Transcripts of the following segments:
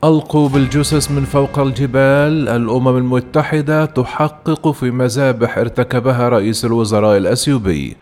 ألقوا بالجثث من فوق الجبال. الأمم المتحدة تحقق في مذابح ارتكبها رئيس الوزراء الأثيوبي.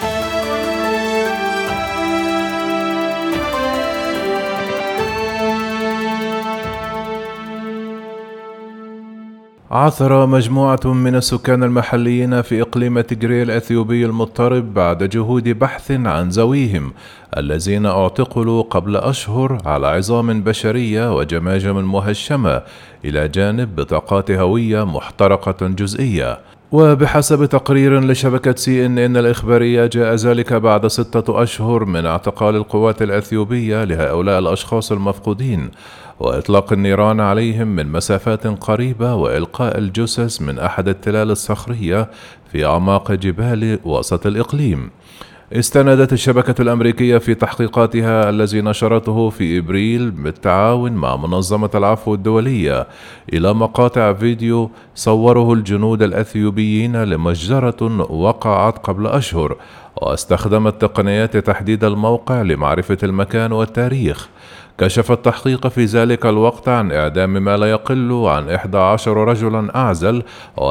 عثر مجموعة من السكان المحليين في إقليم تيغراي الأثيوبي المضطرب بعد جهود بحث عن ذويهم الذين اعتقلوا قبل أشهر على عظام بشرية وجماجم مهشمة إلى جانب بطاقات هوية محترقة جزئية. وبحسب تقرير لشبكة CNN الإخبارية، جاء ذلك بعد 6 أشهر من اعتقال القوات الأثيوبية لهؤلاء الأشخاص المفقودين وإطلاق النيران عليهم من مسافات قريبة وإلقاء الجثث من أحد التلال الصخرية في أعماق جبال وسط الإقليم. استندت الشبكة الأمريكية في تحقيقاتها الذي نشرته في إبريل بالتعاون مع منظمة العفو الدولية إلى مقاطع فيديو صوره الجنود الأثيوبيين لمجزرة وقعت قبل أشهر، واستخدمت تقنيات تحديد الموقع لمعرفة المكان والتاريخ. كشف التحقيق في ذلك الوقت عن إعدام ما لا يقل عن 11 رجلا أعزل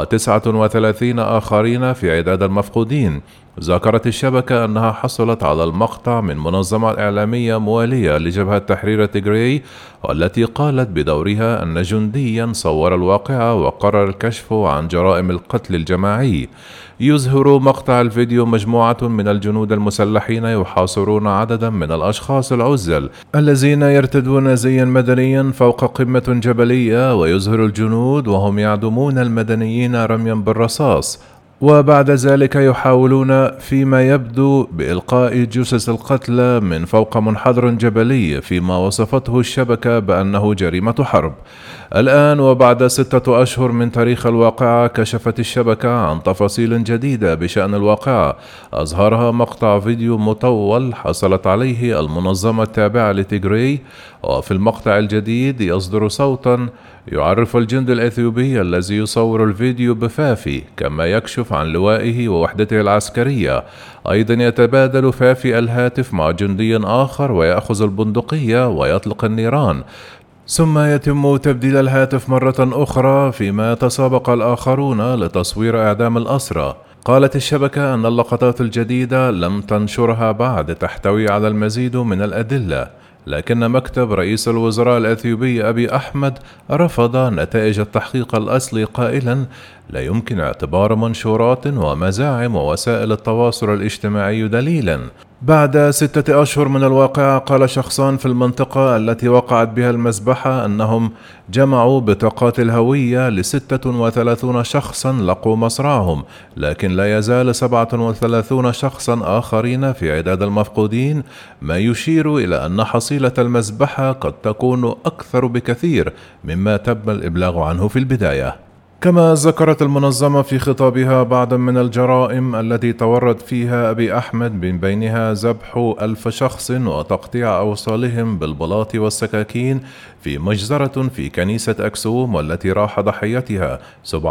و39 آخرين في عداد المفقودين. ذكرت الشبكة أنها حصلت على المقطع من منظمة إعلامية موالية لجبهة تحرير تيغراي، والتي قالت بدورها أن جنديا صور الواقعة وقرر الكشف عن جرائم القتل الجماعي. يظهر مقطع الفيديو مجموعة من الجنود المسلحين يحاصرون عددا من الأشخاص العزل الذين يرتدون زيا مدنيا فوق قمة جبلية، ويظهر الجنود وهم يعدمون المدنيين رميا بالرصاص، وبعد ذلك يحاولون فيما يبدو بإلقاء جثث القتلى من فوق منحدر جبلي، فيما وصفته الشبكة بأنه جريمة حرب. الآن وبعد 6 أشهر من تاريخ الواقعة، كشفت الشبكة عن تفاصيل جديدة بشأن الواقعة أظهرها مقطع فيديو مطول حصلت عليه المنظمة التابعة لتيغراي. وفي المقطع الجديد يصدر صوتا يعرف الجندي الأثيوبي الذي يصور الفيديو بفافي، كما يكشف عن لوائه ووحدته العسكرية. أيضا يتبادل فافي الهاتف مع جندي آخر ويأخذ البندقية ويطلق النيران، ثم يتم تبديل الهاتف مرة أخرى، فيما يتسابق الآخرون لتصوير إعدام الأسرى. قالت الشبكة أن اللقطات الجديدة لم تنشرها بعد تحتوي على المزيد من الأدلة، لكن مكتب رئيس الوزراء الأثيوبي أبي أحمد رفض نتائج التحقيق الأصلي قائلا: لا يمكن اعتبار منشورات ومزاعم ووسائل التواصل الاجتماعي دليلا. بعد 6 أشهر من الواقعة، قال شخصان في المنطقة التي وقعت بها المذبحة أنهم جمعوا بطاقات الهوية ل36 شخصا لقوا مصرعهم، لكن لا يزال 37 شخصا آخرين في عداد المفقودين، ما يشير إلى أن حصيلة المذبحة قد تكون أكثر بكثير مما تم الإبلاغ عنه في البداية. كما ذكرت المنظمة في خطابها بعضا من الجرائم التي تورط فيها أبي أحمد، من بينها ذبح 1000 شخص وتقطيع أوصالهم بالبلاط والسكاكين في مجزرة في كنيسة أكسوم، والتي راح ضحيتها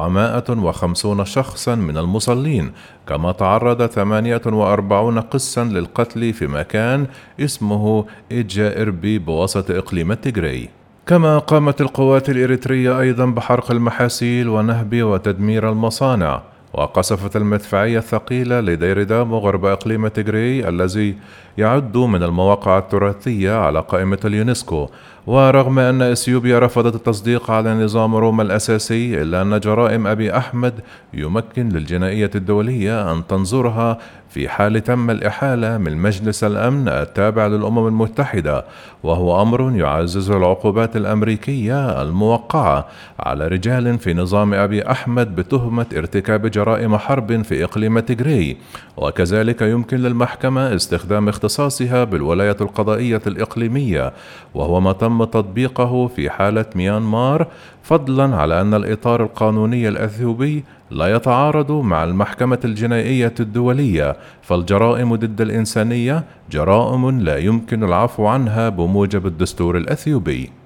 750 شخصا من المصلين. كما تعرض 48 قسا للقتل في مكان اسمه إيجا إربي بوسط إقليم تيغراي. كما قامت القوات الإريترية أيضا بحرق المحاسيل ونهب وتدمير المصانع، وقصفت المدفعية الثقيلة لدير دامو غرب إقليم تيغراي الذي يعد من المواقع التراثية على قائمة اليونسكو. ورغم أن إثيوبيا رفضت التصديق على نظام روما الأساسي، إلا أن جرائم أبي أحمد يمكن للجنائية الدولية أن تنظرها في حال تم الإحالة من مجلس الأمن التابع للأمم المتحدة، وهو أمر يعزز العقوبات الأمريكية الموقعة على رجال في نظام أبي أحمد بتهمة ارتكاب جرائم حرب في إقليم تيغراي. وكذلك يمكن للمحكمة استخدام اختصاصها بالولاية القضائية الإقليمية، وهو ما تم تطبيقه في حالة ميانمار، فضلا على أن الإطار القانوني الأثيوبي لا يتعارض مع المحكمة الجنائية الدولية، فالجرائم ضد الإنسانية جرائم لا يمكن العفو عنها بموجب الدستور الأثيوبي.